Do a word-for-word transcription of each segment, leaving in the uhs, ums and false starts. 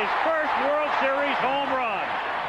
his first World Series home run.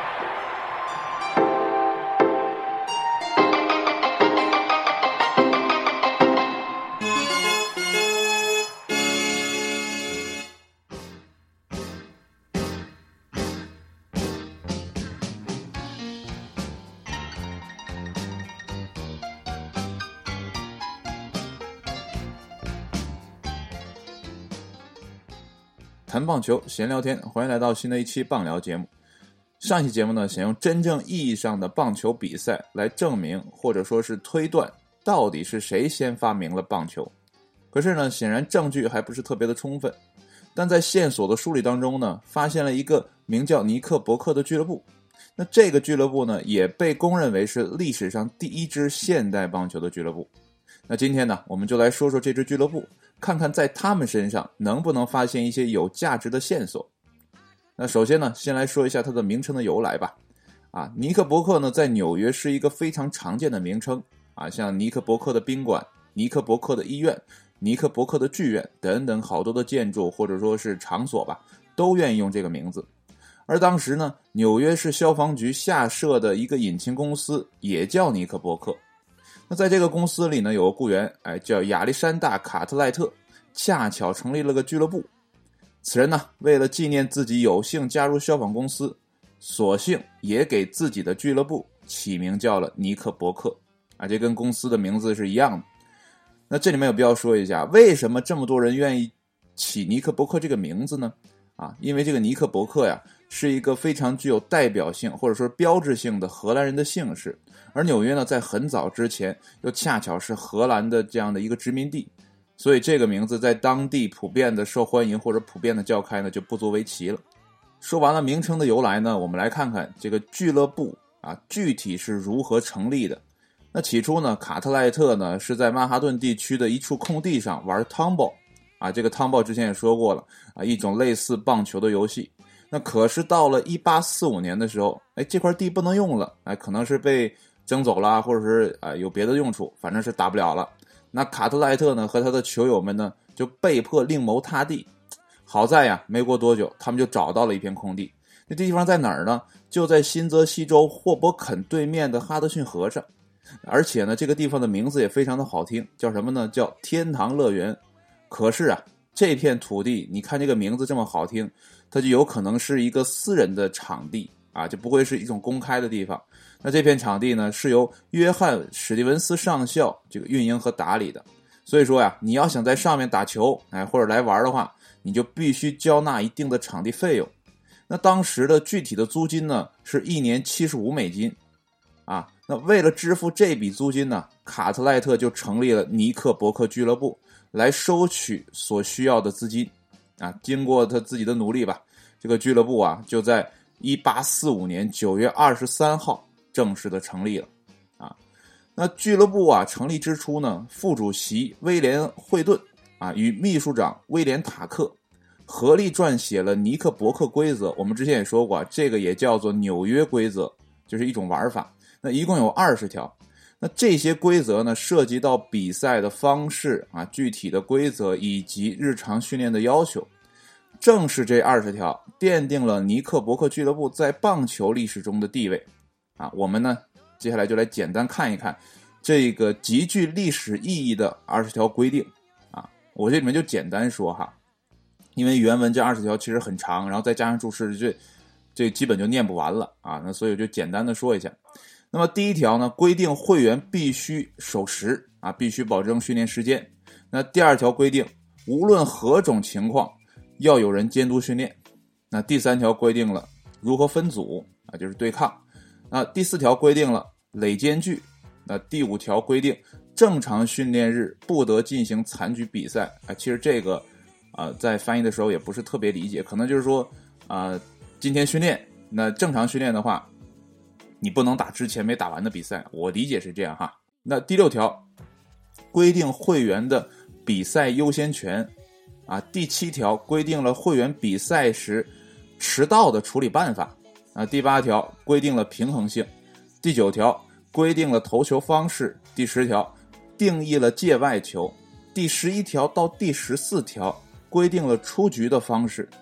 谈棒球闲聊天，欢迎来到新的一期棒聊节目。上期节目呢，想用真正意义上的棒球比赛来证明或者说是推断到底是谁先发明了棒球。可是呢，显然证据还不是特别的充分。但在线索的梳理当中呢，发现了一个名叫尼克伯克的俱乐部。那这个俱乐部呢，也被公认为是历史上第一支现代棒球的俱乐部。那今天呢，我们就来说说这支俱乐部，看看在他们身上能不能发现一些有价值的线索。那首先呢，先来说一下它的名称的由来吧。啊，尼克伯克呢，在纽约是一个非常常见的名称啊，像尼克伯克的宾馆、尼克伯克的医院、尼克伯克的剧院等等好多的建筑或者说是场所吧，都愿意用这个名字。而当时呢，纽约市消防局下设的一个引擎公司也叫尼克伯克。那在这个公司里呢，有个雇员，哎，叫亚历山大·卡特赖特，恰巧成立了个俱乐部。此人呢，为了纪念自己有幸加入消防公司，索性也给自己的俱乐部起名叫了尼克伯克，啊，这跟公司的名字是一样的。那这里面有必要说一下，为什么这么多人愿意起尼克伯克这个名字呢？啊，因为这个尼克伯克呀，是一个非常具有代表性或者说标志性的荷兰人的姓氏，而纽约呢，在很早之前又恰巧是荷兰的这样的一个殖民地，所以这个名字在当地普遍的受欢迎或者普遍的叫开呢，就不足为奇了。说完了名称的由来呢，我们来看看这个俱乐部啊，具体是如何成立的。那起初呢，卡特赖特呢是在曼哈顿地区的一处空地上玩汤包啊，这个汤包之前也说过了啊，一种类似棒球的游戏。那可是到了一八四五年的时候，哎，这块地不能用了，哎，可能是被征走了，或者是啊、呃、有别的用处，反正是打不了了。那卡特赖特呢和他的球友们呢就被迫另谋他地。好在呀，没过多久，他们就找到了一片空地。那地方在哪儿呢？就在新泽西州霍伯肯对面的哈德逊河上。而且呢，这个地方的名字也非常的好听，叫什么呢？叫天堂乐园。可是啊，这片土地，你看这个名字这么好听，它就有可能是一个私人的场地啊，就不会是一种公开的地方。那这片场地呢，是由约翰史蒂文斯上校这个运营和打理的。所以说呀，你要想在上面打球，哎，或者来玩的话，你就必须交纳一定的场地费用。那当时的具体的租金呢，是一年七十五美金啊。那为了支付这笔租金呢，卡特赖特就成立了尼克伯克俱乐部，来收取所需要的资金啊。经过他自己的努力吧，这个俱乐部啊，就在一八四五年九月二十三号正式的成立了啊。那俱乐部啊成立之初呢，副主席威廉惠顿啊与秘书长威廉塔克合力撰写了尼克伯克规则。我们之前也说过，这个也叫做纽约规则，就是一种玩法。那一共有二十条。那这些规则呢，涉及到比赛的方式啊、具体的规则以及日常训练的要求。正是这二十条奠定了尼克伯克俱乐部在棒球历史中的地位啊。我们呢，接下来就来简单看一看这个极具历史意义的二十条规定啊。我这里面就简单说哈，因为原文这二十条其实很长，然后再加上注释，这这基本就念不完了啊。那所以我就简单的说一下。那么第一条呢，规定会员必须守时啊，必须保证训练时间。那第二条规定，无论何种情况，要有人监督训练。那第三条规定了如何分组啊，就是对抗。那第四条规定了垒间距。那第五条规定，正常训练日不得进行残局比赛。啊，其实这个啊、呃，在翻译的时候也不是特别理解，可能就是说啊、呃，今天训练，那正常训练的话，你不能打之前没打完的比赛，我理解是这样哈。那第六条规定会员的比赛优先权啊。第七条规定了会员比赛时迟到的处理办法啊。第八条规定了平衡性。第九条规定了投球方式。第十条定义了界外球。第十一条到第十四条规定了出局的方式。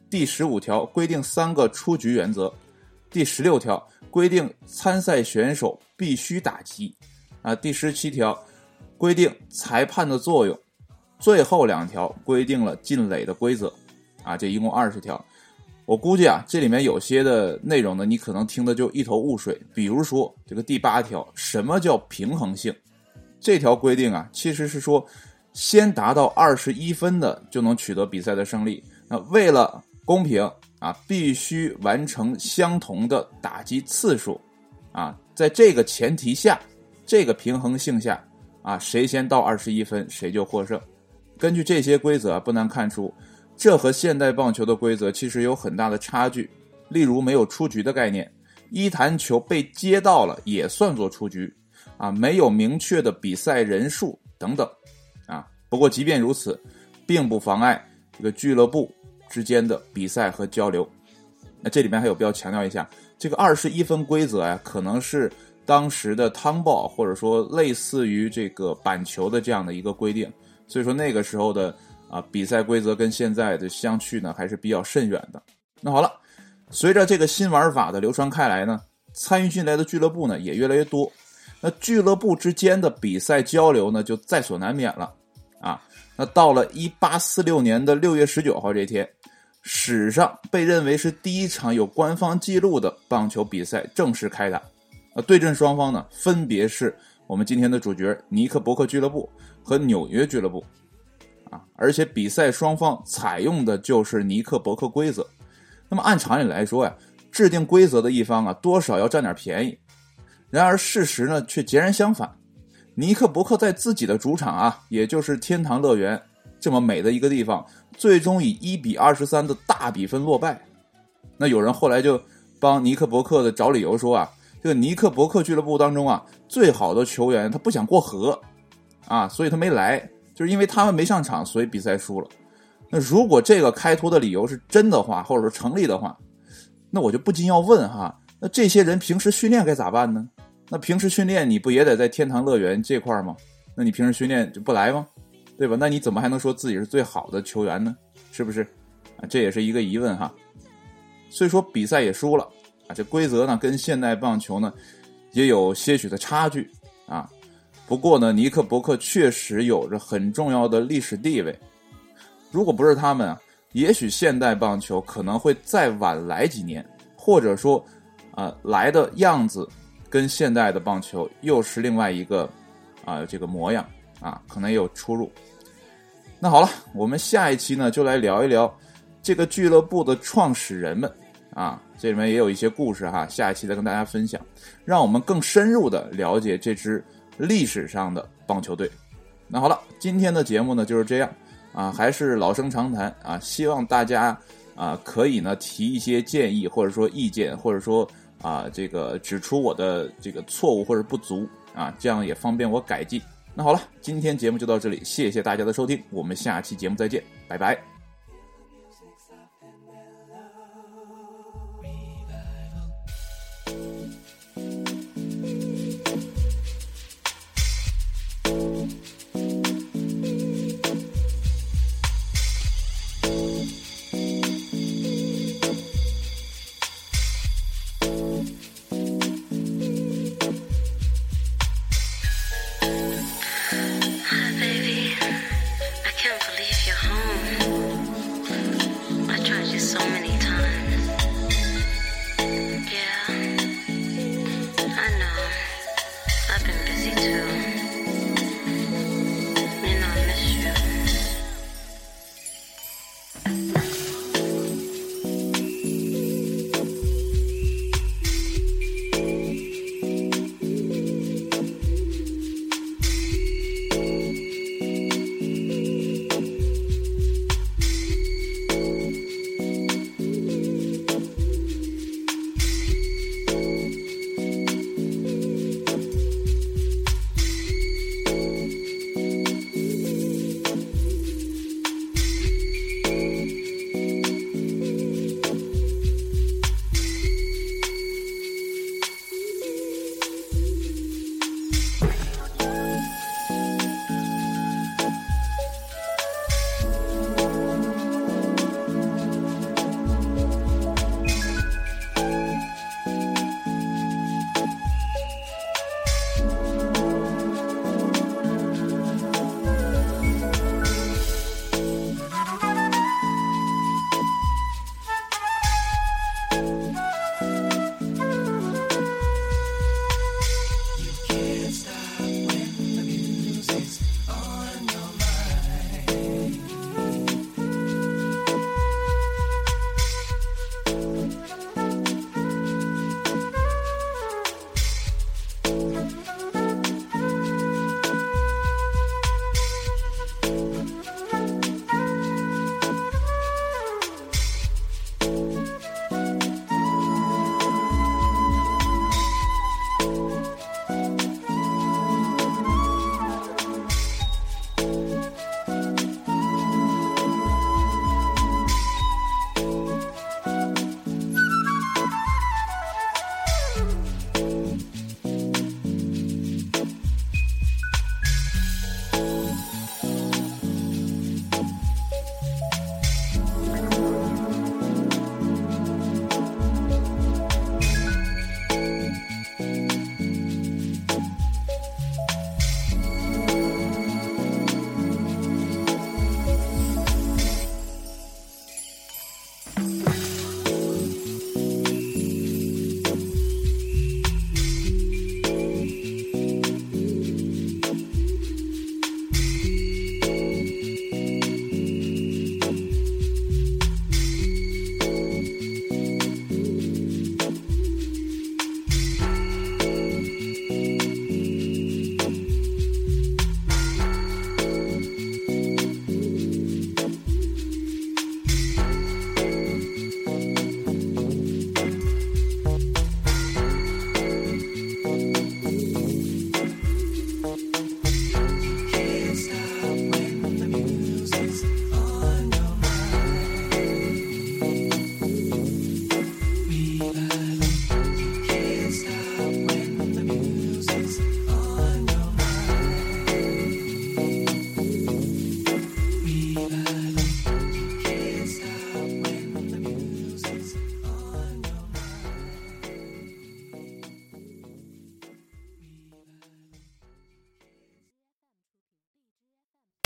第十五条规定三个出局原则，第十六条规定参赛选手必须打击啊，第十七条规定裁判的作用，最后两条规定了进垒的规则啊，这一共二十条。我估计啊，这里面有些的内容呢，你可能听的就一头雾水。比如说这个第八条，什么叫平衡性？这条规定啊，其实是说先达到二十一分的就能取得比赛的胜利。那为了公平啊，必须完成相同的打击次数啊，在这个前提下，这个平衡性下啊，谁先到二十一分谁就获胜。根据这些规则啊，不难看出这和现代棒球的规则其实有很大的差距。例如没有出局的概念，一弹球被接到了也算作出局啊，没有明确的比赛人数等等啊。不过即便如此，并不妨碍这个俱乐部之间的比赛和交流。那这里面还有必要强调一下，这个二十一分规则呀、啊，可能是当时的汤暴或者说类似于这个板球的这样的一个规定，所以说那个时候的啊，比赛规则跟现在的相去呢还是比较甚远的。那好了，随着这个新玩法的流传开来呢，参与进来的俱乐部呢也越来越多，那俱乐部之间的比赛交流呢就在所难免了啊。那到了一八四六年的六月十九号这天，史上被认为是第一场有官方记录的棒球比赛正式开打。那对阵双方呢，分别是我们今天的主角尼克伯克俱乐部和纽约俱乐部。啊，而且比赛双方采用的就是尼克伯克规则。那么按常理来说呀，制定规则的一方啊，多少要占点便宜。然而事实呢，却截然相反。尼克伯克在自己的主场啊，也就是天堂乐园这么美的一个地方，最终以一比二十三的大比分落败。那有人后来就帮尼克伯克的找理由说啊，这个尼克伯克俱乐部当中啊，最好的球员他不想过河啊，所以他没来。就是因为他们没上场，所以比赛输了。那如果这个开脱的理由是真的话，或者说成立的话，那我就不禁要问哈，那这些人平时训练该咋办呢？那平时训练你不也得在天堂乐园这块吗？那你平时训练就不来吗？对吧？那你怎么还能说自己是最好的球员呢？是不是啊？这也是一个疑问哈。所以说比赛也输了啊，这规则呢跟现代棒球呢也有些许的差距啊。不过呢，尼克伯克确实有着很重要的历史地位。如果不是他们啊，也许现代棒球可能会再晚来几年，或者说，呃，来的样子跟现代的棒球又是另外一个啊、呃、这个模样啊，可能也有出入。那好了，我们下一期呢就来聊一聊这个俱乐部的创始人们啊，这里面也有一些故事哈，下一期再跟大家分享，让我们更深入的了解这支历史上的棒球队。那好了，今天的节目呢就是这样啊，还是老生常谈啊，希望大家啊可以呢提一些建议或者说意见，或者说啊这个指出我的这个错误或者不足啊，这样也方便我改进。那好了，今天节目就到这里，谢谢大家的收听，我们下期节目再见，拜拜。